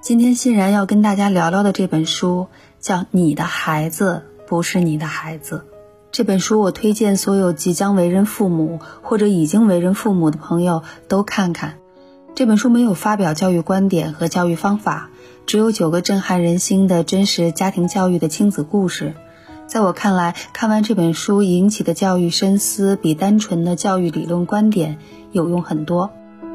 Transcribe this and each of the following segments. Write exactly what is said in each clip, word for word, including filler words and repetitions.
今天欣然要跟大家聊聊的这本书叫《你的孩子不是你的孩子》。这本书我推荐所有即将为人父母或者已经为人父母的朋友都看看。这本书没有发表教育观点和教育方法，只有九个震撼人心的真实家庭教育的亲子故事。在我看来，看完这本书引起的教育深思比单纯的教育理论观点有用很多。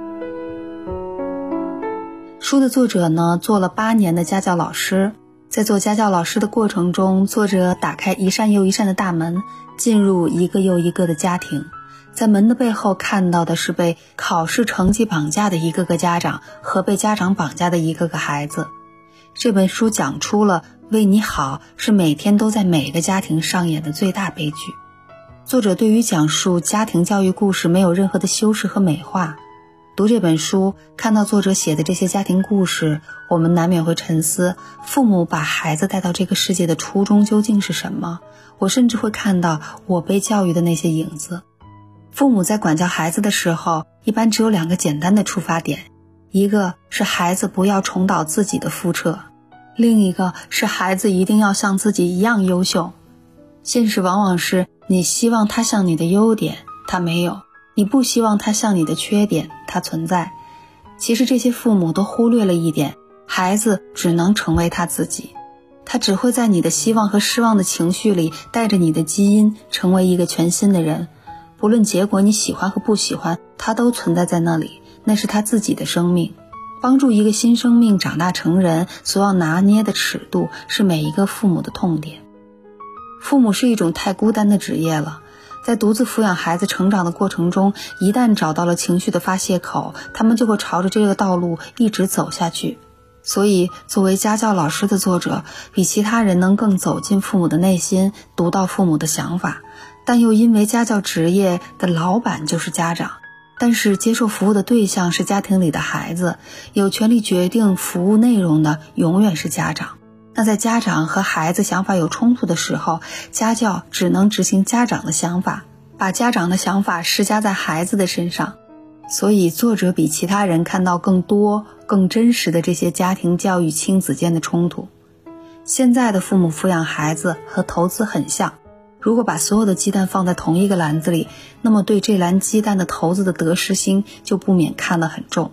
书的作者呢，做了八年的家教老师，在做家教老师的过程中，作者打开一扇又一扇的大门，进入一个又一个的家庭。在门的背后看到的是被考试成绩绑架的一个个家长和被家长绑架的一个个孩子。这本书讲出了为你好是每天都在每个家庭上演的最大悲剧。作者对于讲述家庭教育故事没有任何的修饰和美化。读这本书，看到作者写的这些家庭故事，我们难免会沉思，父母把孩子带到这个世界的初衷究竟是什么？我甚至会看到我被教育的那些影子。父母在管教孩子的时候，一般只有两个简单的出发点，一个是孩子不要重蹈自己的覆辙，另一个是孩子一定要像自己一样优秀。现实往往是你希望他像你的优点，他没有；你不希望他像你的缺点，他存在。其实这些父母都忽略了一点，孩子只能成为他自己，他只会在你的希望和失望的情绪里带着你的基因成为一个全新的人。不论结果你喜欢和不喜欢，他都存在在那里，那是他自己的生命。帮助一个新生命长大成人所要拿捏的尺度，是每一个父母的痛点。父母是一种太孤单的职业了，在独自抚养孩子成长的过程中，一旦找到了情绪的发泄口，他们就会朝着这个道路一直走下去。所以作为家教老师的作者，比其他人能更走进父母的内心，读到父母的想法，但又因为家教职业的老板就是家长，但是接受服务的对象是家庭里的孩子，有权利决定服务内容的永远是家长。那在家长和孩子想法有冲突的时候，家教只能执行家长的想法，把家长的想法施加在孩子的身上。所以作者比其他人看到更多更真实的这些家庭教育亲子间的冲突。现在的父母抚养孩子和投资很像，如果把所有的鸡蛋放在同一个篮子里，那么对这篮鸡蛋的投资的得失心就不免看得很重。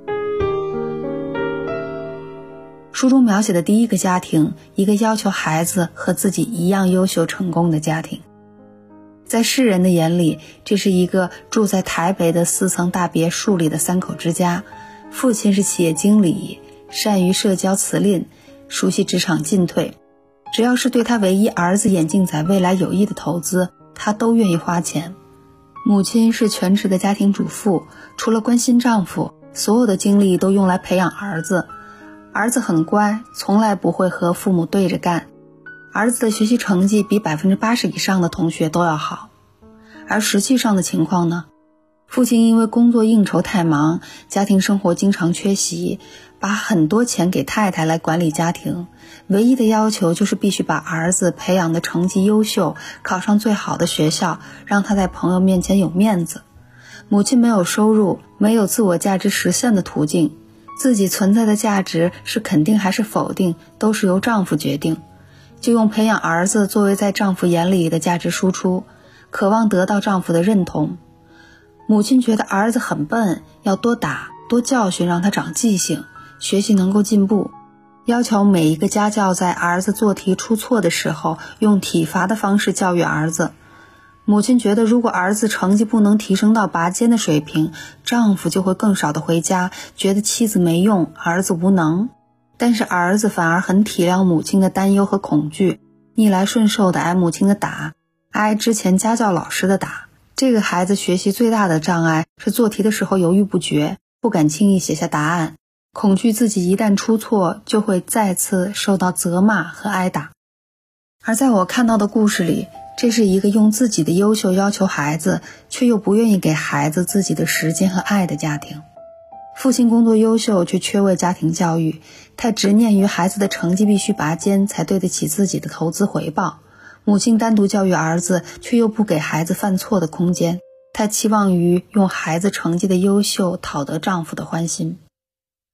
书中描写的第一个家庭，一个要求孩子和自己一样优秀成功的家庭。在世人的眼里，这是一个住在台北的四层大别墅里的三口之家。父亲是企业经理，善于社交辞令，熟悉职场进退，只要是对他唯一儿子眼镜仔未来有益的投资，他都愿意花钱。母亲是全职的家庭主妇，除了关心丈夫，所有的精力都用来培养儿子。儿子很乖，从来不会和父母对着干。儿子的学习成绩比 百分之八十 以上的同学都要好。而实际上的情况呢？父亲因为工作应酬太忙，家庭生活经常缺席，把很多钱给太太来管理家庭，唯一的要求就是必须把儿子培养的成绩优秀，考上最好的学校，让他在朋友面前有面子。母亲没有收入，没有自我价值实现的途径，自己存在的价值是肯定还是否定，都是由丈夫决定。就用培养儿子作为在丈夫眼里的价值输出，渴望得到丈夫的认同。母亲觉得儿子很笨，要多打多教训，让他长记性，学习能够进步，要求每一个家教在儿子做题出错的时候，用体罚的方式教育儿子。母亲觉得如果儿子成绩不能提升到拔尖的水平，丈夫就会更少的回家，觉得妻子没用，儿子无能。但是儿子反而很体谅母亲的担忧和恐惧，逆来顺受的挨母亲的打，挨之前家教老师的打。这个孩子学习最大的障碍是做题的时候犹豫不决，不敢轻易写下答案，恐惧自己一旦出错就会再次受到责骂和挨打。而在我看到的故事里，这是一个用自己的优秀要求孩子，却又不愿意给孩子自己的时间和爱的家庭。父亲工作优秀，却缺为家庭教育，太执念于孩子的成绩必须拔尖才对得起自己的投资回报。母亲单独教育儿子，却又不给孩子犯错的空间，太期望于用孩子成绩的优秀讨得丈夫的欢心。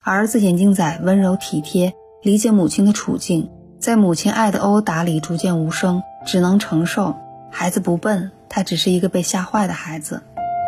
儿子眼镜仔温柔体贴，理解母亲的处境，在母亲爱的殴打里逐渐无声，只能承受。孩子不笨，他只是一个被吓坏的孩子。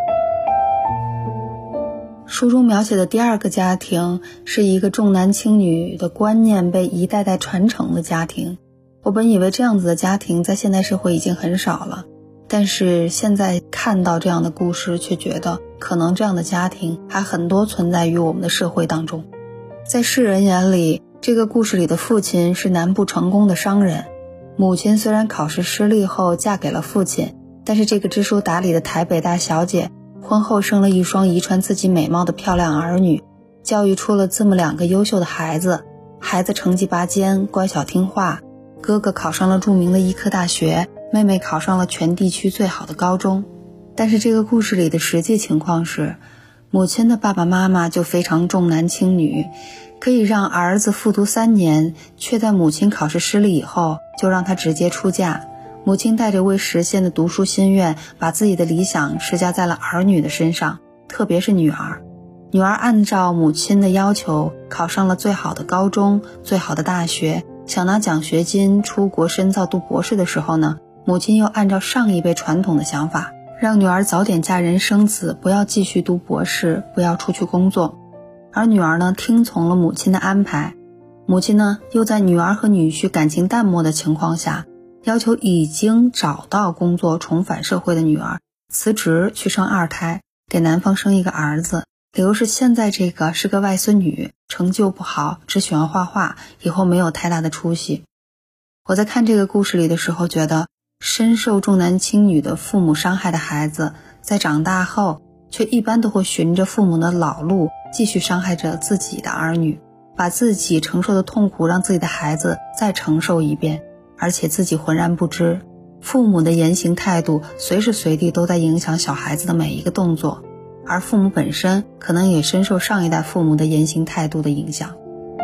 书中描写的第二个家庭是一个重男轻女的观念被一代代传承的家庭。我本以为这样子的家庭在现代社会已经很少了，但是现在看到这样的故事，却觉得可能这样的家庭还很多存在于我们的社会当中。在世人眼里，这个故事里的父亲是南部成功的商人，母亲虽然考试失利后嫁给了父亲，但是这个知书达理的台北大小姐婚后生了一双遗传自己美貌的漂亮儿女，教育出了这么两个优秀的孩子，孩子成绩拔尖，乖巧听话，哥哥考上了著名的医科大学，妹妹考上了全地区最好的高中。但是这个故事里的实际情况是，母亲的爸爸妈妈就非常重男轻女，可以让儿子复读三年，却在母亲考试失利以后就让他直接出嫁。母亲带着未实现的读书心愿，把自己的理想施加在了儿女的身上，特别是女儿。女儿按照母亲的要求考上了最好的高中，最好的大学，想拿奖学金出国深造读博士的时候呢，母亲又按照上一辈传统的想法，让女儿早点嫁人生子，不要继续读博士，不要出去工作。而女儿呢，听从了母亲的安排。母亲呢，又在女儿和女婿感情淡漠的情况下，要求已经找到工作重返社会的女儿辞职去生二胎，给男方生一个儿子，理由是现在这个是个外孙女，成就不好，只喜欢画画，以后没有太大的出息。我在看这个故事里的时候，觉得深受重男轻女的父母伤害的孩子，在长大后却一般都会循着父母的老路，继续伤害着自己的儿女，把自己承受的痛苦让自己的孩子再承受一遍，而且自己浑然不知。父母的言行态度随时随地都在影响小孩子的每一个动作，而父母本身可能也深受上一代父母的言行态度的影响。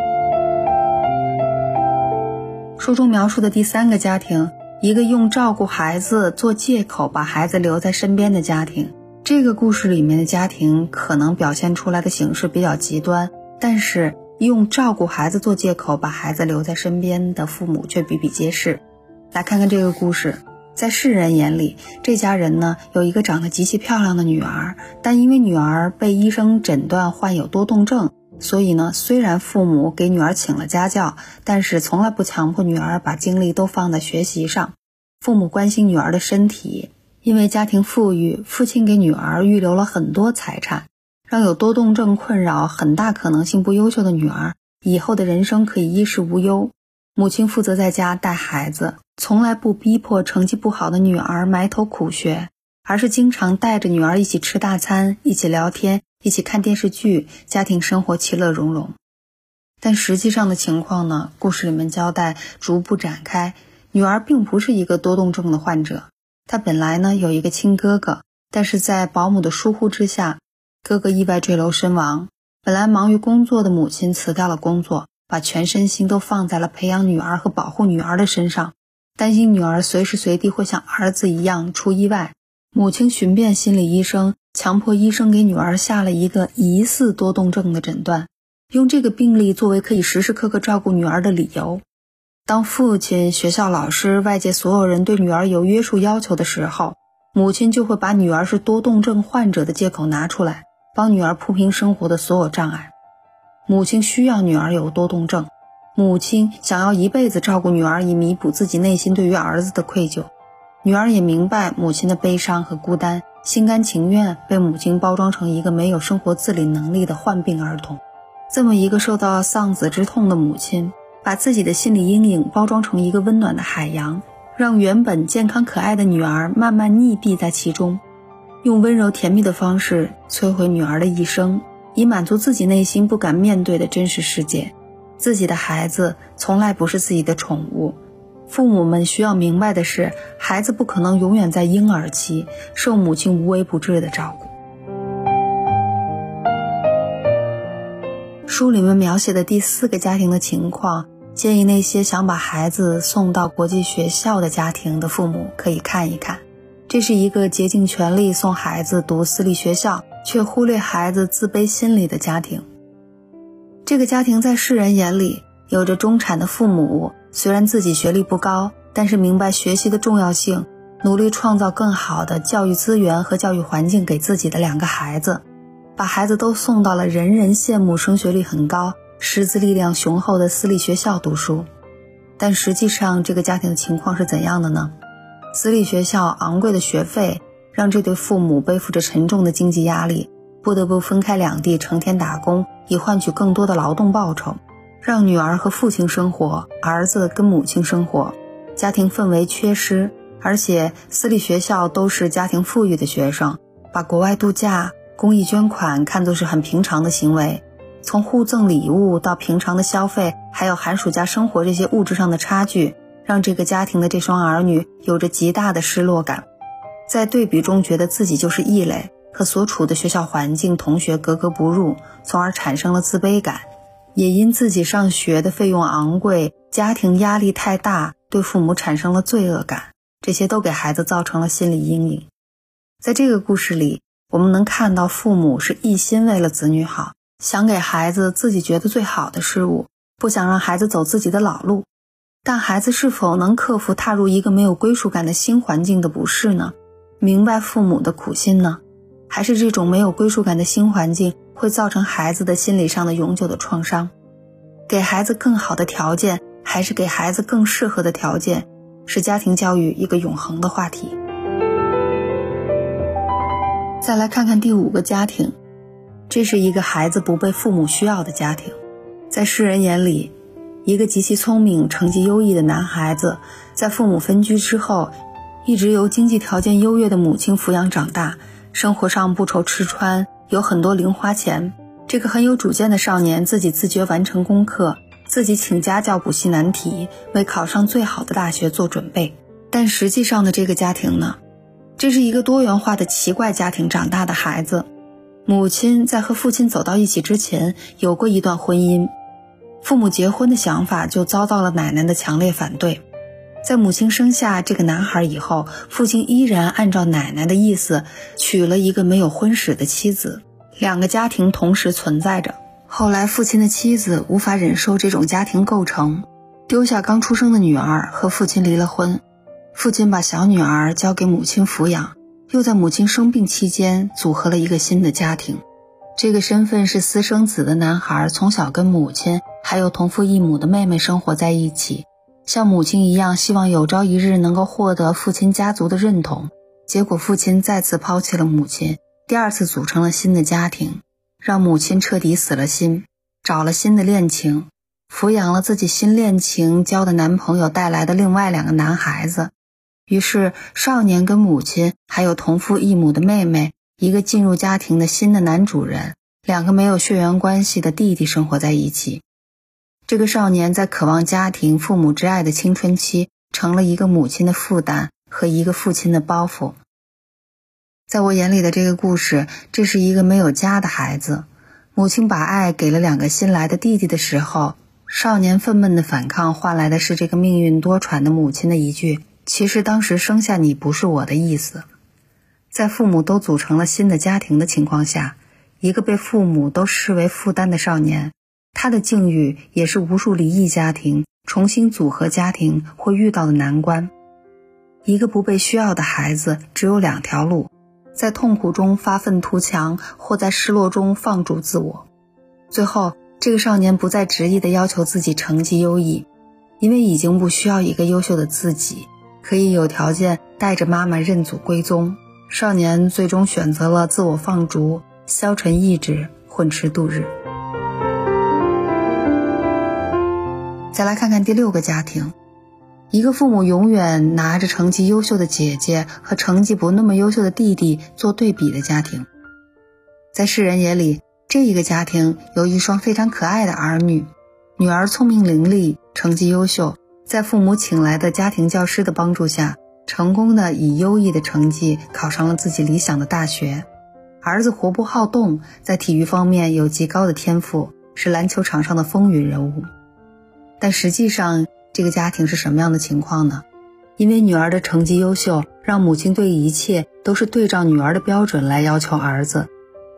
书中描述的第三个家庭，一个用照顾孩子做借口把孩子留在身边的家庭。这个故事里面的家庭可能表现出来的形式比较极端，但是用照顾孩子做借口把孩子留在身边的父母却比比皆是。来看看这个故事，在世人眼里，这家人呢有一个长得极其漂亮的女儿，但因为女儿被医生诊断患有多动症，所以呢虽然父母给女儿请了家教，但是从来不强迫女儿把精力都放在学习上。父母关心女儿的身体，因为家庭富裕，父亲给女儿预留了很多财产，让有多动症困扰很大可能性不优秀的女儿以后的人生可以衣食无忧。母亲负责在家带孩子，从来不逼迫成绩不好的女儿埋头苦学，而是经常带着女儿一起吃大餐，一起聊天，一起看电视剧，家庭生活其乐融融。但实际上的情况呢，故事里面交代逐步展开，女儿并不是一个多动症的患者，她本来呢有一个亲哥哥，但是在保姆的疏忽之下，哥哥意外坠楼身亡。本来忙于工作的母亲辞掉了工作，把全身心都放在了培养女儿和保护女儿的身上，担心女儿随时随地会像儿子一样出意外。母亲寻遍心理医生，强迫医生给女儿下了一个疑似多动症的诊断，用这个病例作为可以时时刻刻照顾女儿的理由。当父亲、学校老师、外界所有人对女儿有约束要求的时候，母亲就会把女儿是多动症患者的借口拿出来，帮女儿铺平生活的所有障碍。母亲需要女儿有多动症，母亲想要一辈子照顾女儿，以弥补自己内心对于儿子的愧疚。女儿也明白母亲的悲伤和孤单，心甘情愿被母亲包装成一个没有生活自理能力的患病儿童。这么一个受到丧子之痛的母亲，把自己的心理阴影包装成一个温暖的海洋，让原本健康可爱的女儿慢慢溺毙在其中，用温柔甜蜜的方式摧毁女儿的一生，以满足自己内心不敢面对的真实世界。自己的孩子从来不是自己的宠物，父母们需要明白的是，孩子不可能永远在婴儿期受母亲无微不至的照顾。书里面描写的第四个家庭的情况，建议那些想把孩子送到国际学校的家庭的父母可以看一看。这是一个竭尽全力送孩子读私立学校，却忽略孩子自卑心理的家庭。 这个家庭在世人眼里有着中产的父母，虽然自己学历不高，但是明白学习的重要性，努力创造更好的教育资源和教育环境给自己的两个孩子，把孩子都送到了人人羡慕升学率很高、师资力量雄厚的私立学校读书。但实际上这个家庭的情况是怎样的呢？私立学校昂贵的学费让这对父母背负着沉重的经济压力，不得不分开两地成天打工，以换取更多的劳动报酬，让女儿和父亲生活，儿子跟母亲生活，家庭氛围缺失。而且私立学校都是家庭富裕的学生，把国外度假、公益捐款看作是很平常的行为，从互赠礼物到平常的消费，还有寒暑假生活这些物质上的差距，让这个家庭的这双儿女有着极大的失落感，在对比中觉得自己就是异类，和所处的学校环境、同学格格不入，从而产生了自卑感，也因自己上学的费用昂贵，家庭压力太大，对父母产生了罪恶感，这些都给孩子造成了心理阴影。在这个故事里，我们能看到父母是一心为了子女好，想给孩子自己觉得最好的事物，不想让孩子走自己的老路。但孩子是否能克服踏入一个没有归属感的新环境的不适呢？明白父母的苦心呢？还是这种没有归属感的新环境会造成孩子的心理上的永久的创伤？给孩子更好的条件，还是给孩子更适合的条件，是家庭教育一个永恒的话题。再来看看第五个家庭，这是一个孩子不被父母需要的家庭。在世人眼里，一个极其聪明、成绩优异的男孩子，在父母分居之后，一直由经济条件优越的母亲抚养长大，生活上不愁吃穿，有很多零花钱。这个很有主见的少年自己自觉完成功课，自己请家教补习难题，为考上最好的大学做准备。但实际上的这个家庭呢，这是一个多元化的奇怪家庭长大的孩子。母亲在和父亲走到一起之前有过一段婚姻，父母结婚的想法就遭到了奶奶的强烈反对。在母亲生下这个男孩以后，父亲依然按照奶奶的意思娶了一个没有婚史的妻子，两个家庭同时存在着。后来父亲的妻子无法忍受这种家庭构成，丢下刚出生的女儿和父亲离了婚。父亲把小女儿交给母亲抚养，又在母亲生病期间组合了一个新的家庭。这个身份是私生子的男孩从小跟母亲还有同父异母的妹妹生活在一起，像母亲一样希望有朝一日能够获得父亲家族的认同。结果父亲再次抛弃了母亲，第二次组成了新的家庭，让母亲彻底死了心，找了新的恋情，抚养了自己新恋情交的男朋友带来的另外两个男孩子。于是少年跟母亲还有同父异母的妹妹，一个进入家庭的新的男主人，两个没有血缘关系的弟弟生活在一起。这个少年在渴望家庭父母之爱的青春期，成了一个母亲的负担和一个父亲的包袱。在我眼里的这个故事，这是一个没有家的孩子，母亲把爱给了两个新来的弟弟的时候，少年愤懑的反抗换来的是这个命运多舛的母亲的一句，其实当时生下你不是我的意思。在父母都组成了新的家庭的情况下，一个被父母都视为负担的少年，他的境遇也是无数离异家庭重新组合家庭会遇到的难关。一个不被需要的孩子只有两条路，在痛苦中发愤图强，或在失落中放逐自我。最后这个少年不再执意地要求自己成绩优异，因为已经不需要一个优秀的自己，可以有条件带着妈妈认祖归宗。少年最终选择了自我放逐，消沉意志，混吃度日。再来看看第六个家庭，一个父母永远拿着成绩优秀的姐姐和成绩不那么优秀的弟弟做对比的家庭。在世人眼里，这一个家庭有一双非常可爱的儿女，女儿聪明伶俐，成绩优秀，在父母请来的家庭教师的帮助下，成功的以优异的成绩考上了自己理想的大学。儿子活泼好动，在体育方面有极高的天赋，是篮球场上的风云人物。但实际上这个家庭是什么样的情况呢？因为女儿的成绩优秀，让母亲对一切都是对照女儿的标准来要求儿子。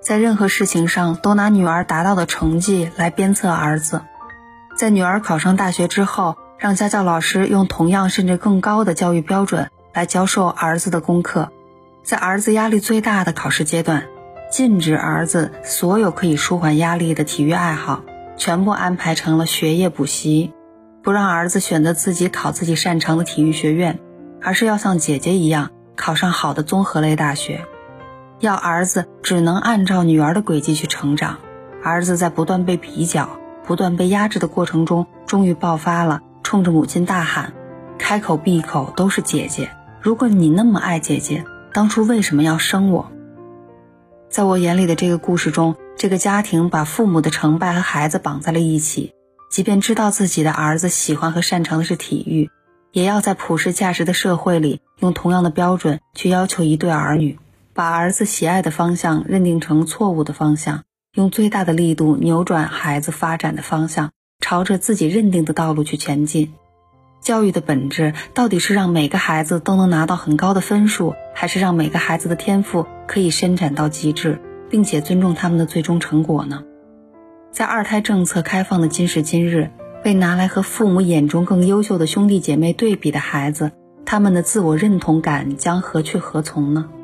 在任何事情上都拿女儿达到的成绩来鞭策儿子。在女儿考上大学之后，让家教老师用同样甚至更高的教育标准来教授儿子的功课。在儿子压力最大的考试阶段，禁止儿子所有可以舒缓压力的体育爱好，全部安排成了学业补习，不让儿子选择自己考自己擅长的体育学院，而是要像姐姐一样考上好的综合类大学。要儿子只能按照女儿的轨迹去成长。儿子在不断被比较、不断被压制的过程中，终于爆发了，冲着母亲大喊，开口闭口都是姐姐，如果你那么爱姐姐，当初为什么要生我？在我眼里的这个故事中，这个家庭把父母的成败和孩子绑在了一起，即便知道自己的儿子喜欢和擅长的是体育，也要在普世价值的社会里用同样的标准去要求一对儿女，把儿子喜爱的方向认定成错误的方向，用最大的力度扭转孩子发展的方向，朝着自己认定的道路去前进。教育的本质到底是让每个孩子都能拿到很高的分数，还是让每个孩子的天赋可以伸展到极致，并且尊重他们的最终成果呢？在二胎政策开放的今时今日，被拿来和父母眼中更优秀的兄弟姐妹对比的孩子，他们的自我认同感将何去何从呢？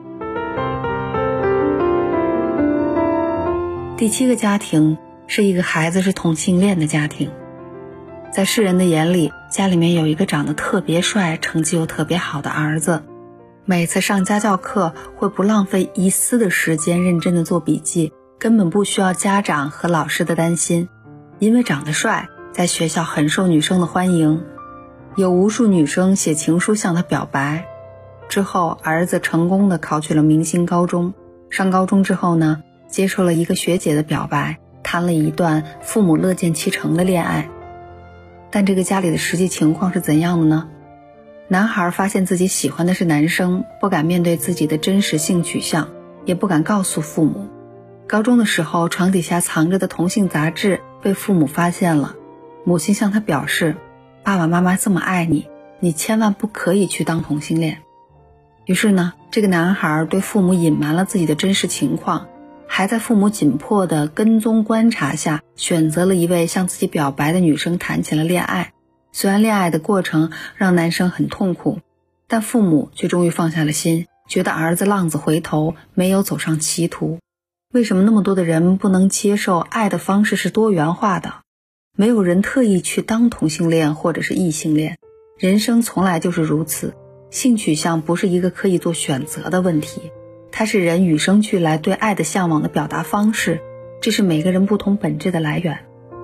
第七个家庭是一个孩子是同性恋的家庭。在世人的眼里，家里面有一个长得特别帅、成绩又特别好的儿子，每次上家教课会不浪费一丝的时间认真的做笔记，根本不需要家长和老师的担心。因为长得帅，在学校很受女生的欢迎，有无数女生写情书向他表白。之后儿子成功的考取了明星高中，上高中之后呢，接受了一个学姐的表白，谈了一段父母乐见其成的恋爱。但这个家里的实际情况是怎样的呢？男孩发现自己喜欢的是男生，不敢面对自己的真实性取向，也不敢告诉父母。高中的时候，床底下藏着的同性杂志被父母发现了，母亲向他表示，爸爸妈妈这么爱你，你千万不可以去当同性恋。于是呢，这个男孩对父母隐瞒了自己的真实情况，还在父母紧迫的跟踪观察下，选择了一位向自己表白的女生谈起了恋爱。虽然恋爱的过程让男生很痛苦，但父母却终于放下了心，觉得儿子浪子回头，没有走上歧途。为什么那么多的人不能接受爱的方式是多元化的？没有人特意去当同性恋或者是异性恋，人生从来就是如此。性取向不是一个可以做选择的问题，它是人与生俱来对爱的向往的表达方式，这是每个人不同本质的来源。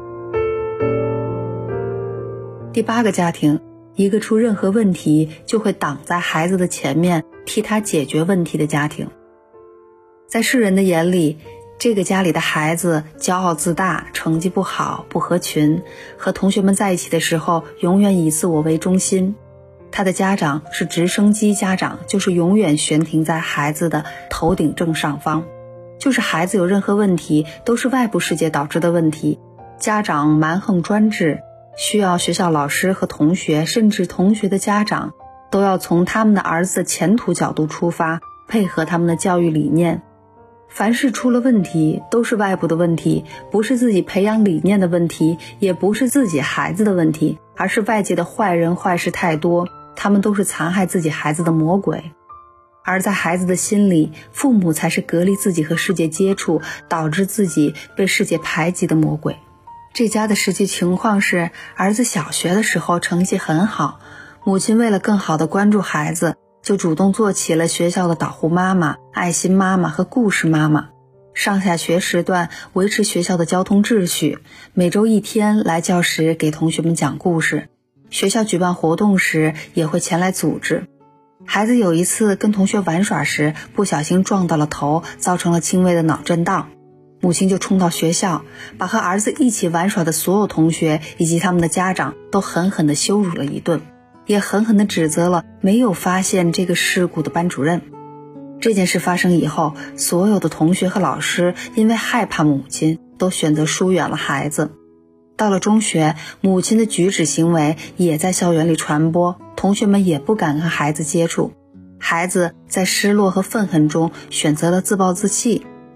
第八个家庭，一个出任何问题就会挡在孩子的前面，替他解决问题的家庭。在世人的眼里，这个家里的孩子骄傲自大，成绩不好，不合群，和同学们在一起的时候永远以自我为中心。他的家长是直升机家长，就是永远悬停在孩子的头顶正上方，就是孩子有任何问题都是外部世界导致的问题，家长蛮横专制，需要学校老师和同学，甚至同学的家长都要从他们的儿子的前途角度出发，配合他们的教育理念。凡是出了问题都是外部的问题，不是自己培养理念的问题，也不是自己孩子的问题，而是外界的坏人坏事太多，他们都是残害自己孩子的魔鬼。而在孩子的心里，父母才是隔离自己和世界接触，导致自己被世界排挤的魔鬼。这家的实际情况是，儿子小学的时候成绩很好，母亲为了更好地关注孩子，就主动做起了学校的导护妈妈、爱心妈妈和故事妈妈。上下学时段维持学校的交通秩序，每周一天来教室给同学们讲故事，学校举办活动时也会前来组织。孩子有一次跟同学玩耍时不小心撞到了头，造成了轻微的脑震荡，母亲就冲到学校，把和儿子一起玩耍的所有同学以及他们的家长都狠狠地羞辱了一顿，也狠狠地指责了没有发现这个事故的班主任。这件事发生以后，所有的同学和老师因为害怕母亲，都选择疏远了孩子。到了中学，母亲的举止行为也在校园里传播，同学们也不敢和孩子接触。孩子在失落和愤恨中选择了自暴自弃，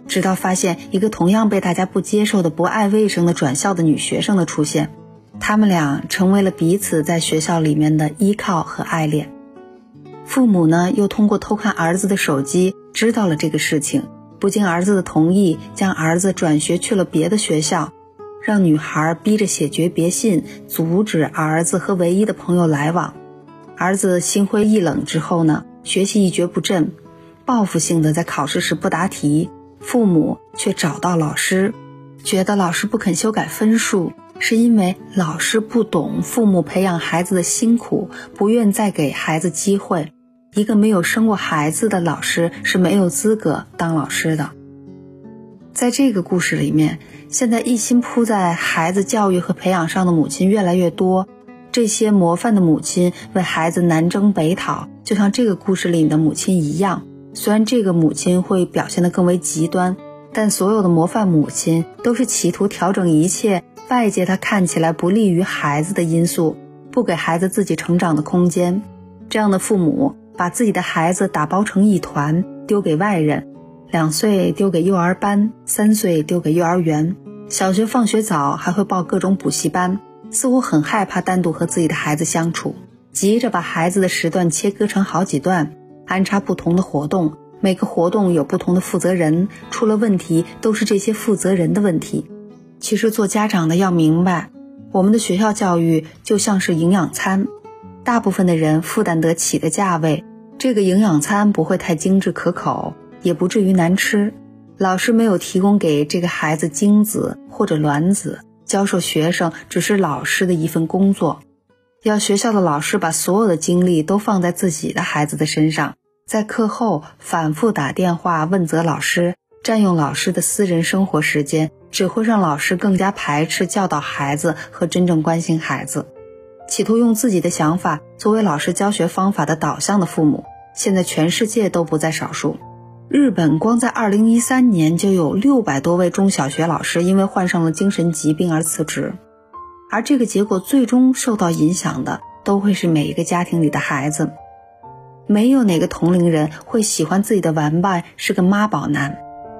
直到发现一个同样被大家不接受的不爱卫生的转校的女学生的出现，他们俩成为了彼此在学校里面的依靠和爱恋。父母呢，又通过偷看儿子的手机知道了这个事情，不经儿子的同意，将儿子转学去了别的学校，让女孩逼着写诀别信，阻止儿子和唯一的朋友来往。儿子心灰意冷之后呢，学习一蹶不振，报复性的在考试时不答题，父母却找到老师，觉得老师不肯修改分数，是因为老师不懂父母培养孩子的辛苦，不愿再给孩子机会。一个没有生过孩子的老师是没有资格当老师的。在这个故事里面，现在一心扑在孩子教育和培养上的母亲越来越多，这些模范的母亲为孩子南征北讨，就像这个故事里的母亲一样。虽然这个母亲会表现得更为极端，但所有的模范母亲都是企图调整一切外界他看起来不利于孩子的因素，不给孩子自己成长的空间。这样的父母把自己的孩子打包成一团，丢给外人，两岁丢给幼儿班，三岁丢给幼儿园，小学放学早还会报各种补习班，似乎很害怕单独和自己的孩子相处，急着把孩子的时段切割成好几段，安插不同的活动，每个活动有不同的负责人，出了问题都是这些负责人的问题。其实做家长的要明白，我们的学校教育就像是营养餐，大部分的人负担得起的价位，这个营养餐不会太精致可口，也不至于难吃。老师没有提供给这个孩子精子或者卵子，教授学生只是老师的一份工作。要学校的老师把所有的精力都放在自己的孩子的身上，在课后反复打电话问责老师，占用老师的私人生活时间，只会让老师更加排斥教导孩子和真正关心孩子。企图用自己的想法作为老师教学方法的导向的父母，现在全世界都不在少数。日本光在二零一三年就有六百多位中小学老师因为患上了精神疾病而辞职，而这个结果最终受到影响的都会是每一个家庭里的孩子。没有哪个同龄人会喜欢自己的玩伴是个妈宝男。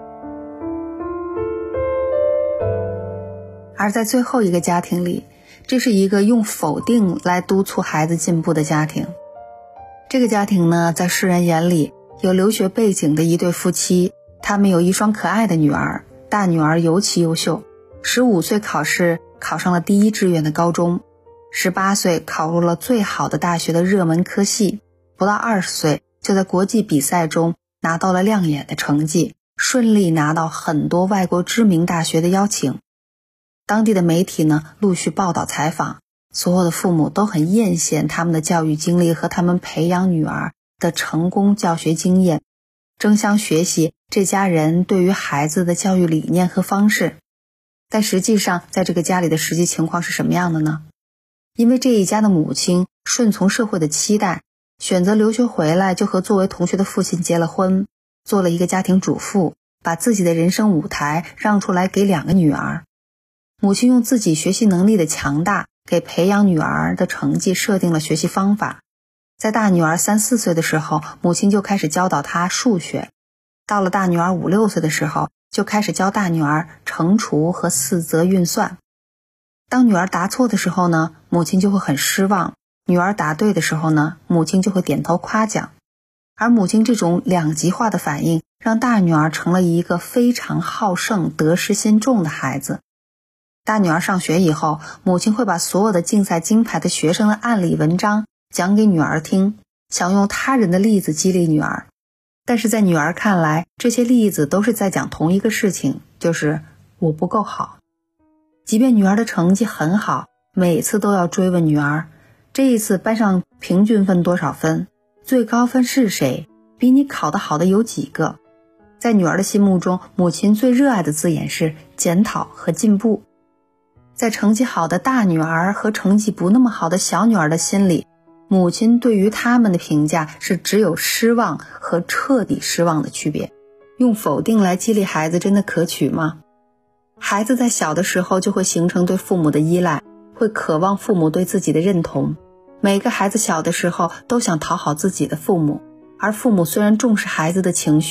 而在最后一个家庭里，这是一个用否定来督促孩子进步的家庭。这个家庭呢，在世人眼里有留学背景的一对夫妻，他们有一双可爱的女儿，大女儿尤其优秀，十五岁考试考上了第一志愿的高中，十八岁考入了最好的大学的热门科系，不到二十岁就在国际比赛中拿到了亮眼的成绩，顺利拿到很多外国知名大学的邀请。当地的媒体呢，陆续报道采访，所有的父母都很艳羡他们的教育经历和他们培养女儿的成功教学经验，争相学习这家人对于孩子的教育理念和方式。但实际上，在这个家里的实际情况是什么样的呢？因为这一家的母亲顺从社会的期待，选择留学回来就和作为同学的父亲结了婚，做了一个家庭主妇，把自己的人生舞台让出来给两个女儿。母亲用自己学习能力的强大，给培养女儿的成绩设定了学习方法。在大女儿三四岁的时候，母亲就开始教导她数学，到了大女儿五六岁的时候，就开始教大女儿乘除和四则运算。当女儿答错的时候呢，母亲就会很失望，女儿答对的时候呢，母亲就会点头夸奖。而母亲这种两极化的反应，让大女儿成了一个非常好胜、得失心重的孩子。大女儿上学以后，母亲会把所有的竞赛金牌的学生的案例文章讲给女儿听，想用他人的例子激励女儿。但是在女儿看来，这些例子都是在讲同一个事情，就是我不够好。即便女儿的成绩很好，每次都要追问女儿，这一次班上平均分多少分？最高分是谁？比你考得好的有几个？在女儿的心目中，母亲最热爱的字眼是检讨和进步。在成绩好的大女儿和成绩不那么好的小女儿的心里，母亲对于他们的评价是只有失望和彻底失望的区别。用否定来激励孩子真的可取吗？孩子在小的时候就会形成对父母的依赖，会渴望父母对自己的认同。每个孩子小的时候都想讨好自己的父母，而父母虽然重视孩子的情绪，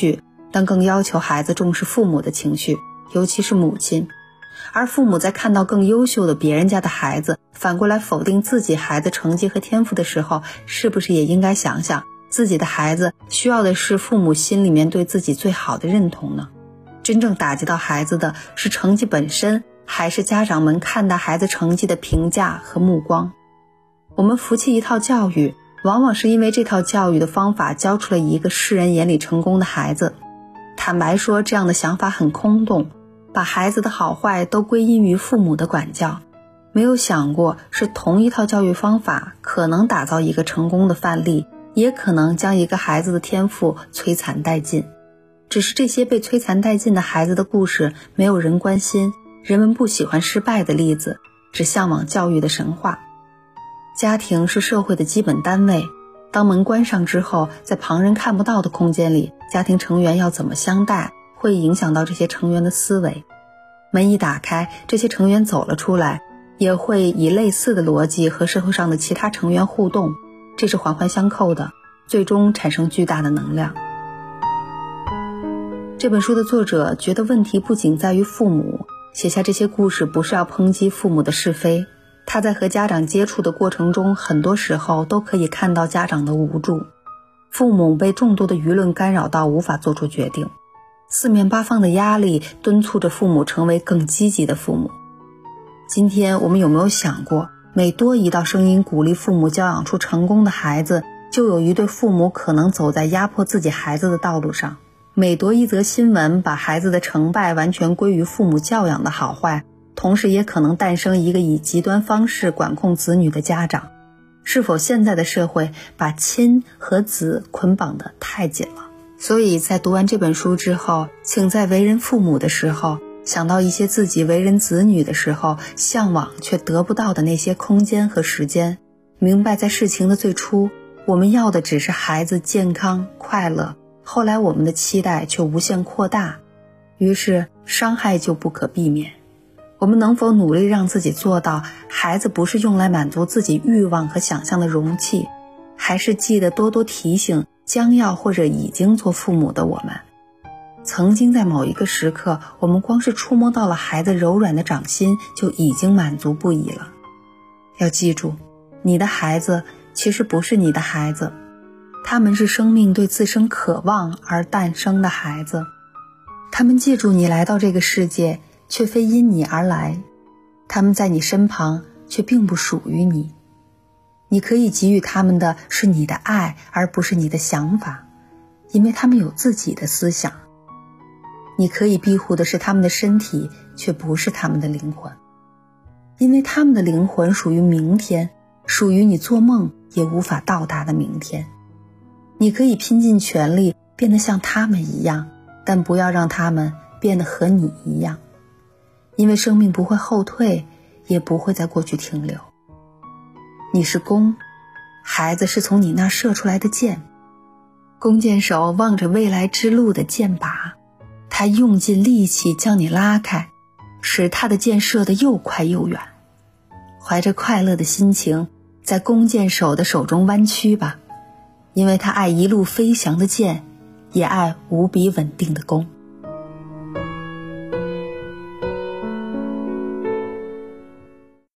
但更要求孩子重视父母的情绪，尤其是母亲。而父母在看到更优秀的别人家的孩子，反过来否定自己孩子成绩和天赋的时候，是不是也应该想想自己的孩子需要的是父母心里面对自己最好的认同呢？真正打击到孩子的是成绩本身，还是家长们看待孩子成绩的评价和目光？我们服气一套教育，往往是因为这套教育的方法教出了一个世人眼里成功的孩子。坦白说，这样的想法很空洞，把孩子的好坏都归因于父母的管教，没有想过是同一套教育方法可能打造一个成功的范例，也可能将一个孩子的天赋摧残殆尽。只是这些被摧残殆尽的孩子的故事没有人关心，人们不喜欢失败的例子，只向往教育的神话。家庭是社会的基本单位，当门关上之后，在旁人看不到的空间里，家庭成员要怎么相待，会影响到这些成员的思维。门一打开，这些成员走了出来，也会以类似的逻辑和社会上的其他成员互动，这是环环相扣的，最终产生巨大的能量。这本书的作者觉得问题不仅在于父母，写下这些故事不是要抨击父母的是非，他在和家长接触的过程中，很多时候都可以看到家长的无助。父母被众多的舆论干扰到无法做出决定，四面八方的压力敦促着父母成为更积极的父母。今天我们有没有想过，每多一道声音鼓励父母教养出成功的孩子，就有一对父母可能走在压迫自己孩子的道路上。每多一则新闻把孩子的成败完全归于父母教养的好坏，同时也可能诞生一个以极端方式管控子女的家长。是否现在的社会把亲和子捆绑得太紧了？所以在读完这本书之后，请在为人父母的时候，想到一些自己为人子女的时候向往却得不到的那些空间和时间，明白在事情的最初，我们要的只是孩子健康快乐，后来我们的期待却无限扩大，于是伤害就不可避免。我们能否努力让自己做到，孩子不是用来满足自己欲望和想象的容器，还是记得多多提醒将要或者已经做父母的我们。曾经在某一个时刻，我们光是触摸到了孩子柔软的掌心，就已经满足不已了。要记住，你的孩子其实不是你的孩子，他们是生命对自身渴望而诞生的孩子。他们记住你来到这个世界，却非因你而来，他们在你身旁，却并不属于你。你可以给予他们的是你的爱，而不是你的想法，因为他们有自己的思想。你可以庇护的是他们的身体，却不是他们的灵魂，因为他们的灵魂属于明天，属于你做梦也无法到达的明天。你可以拼尽全力变得像他们一样，但不要让他们变得和你一样，因为生命不会后退，也不会在过去停留。你是弓，孩子是从你那射出来的箭。弓箭手望着未来之路的箭靶，他用尽力气将你拉开，使他的箭射得又快又远。怀着快乐的心情，在弓箭手的手中弯曲吧，因为他爱一路飞翔的箭，也爱无比稳定的弓。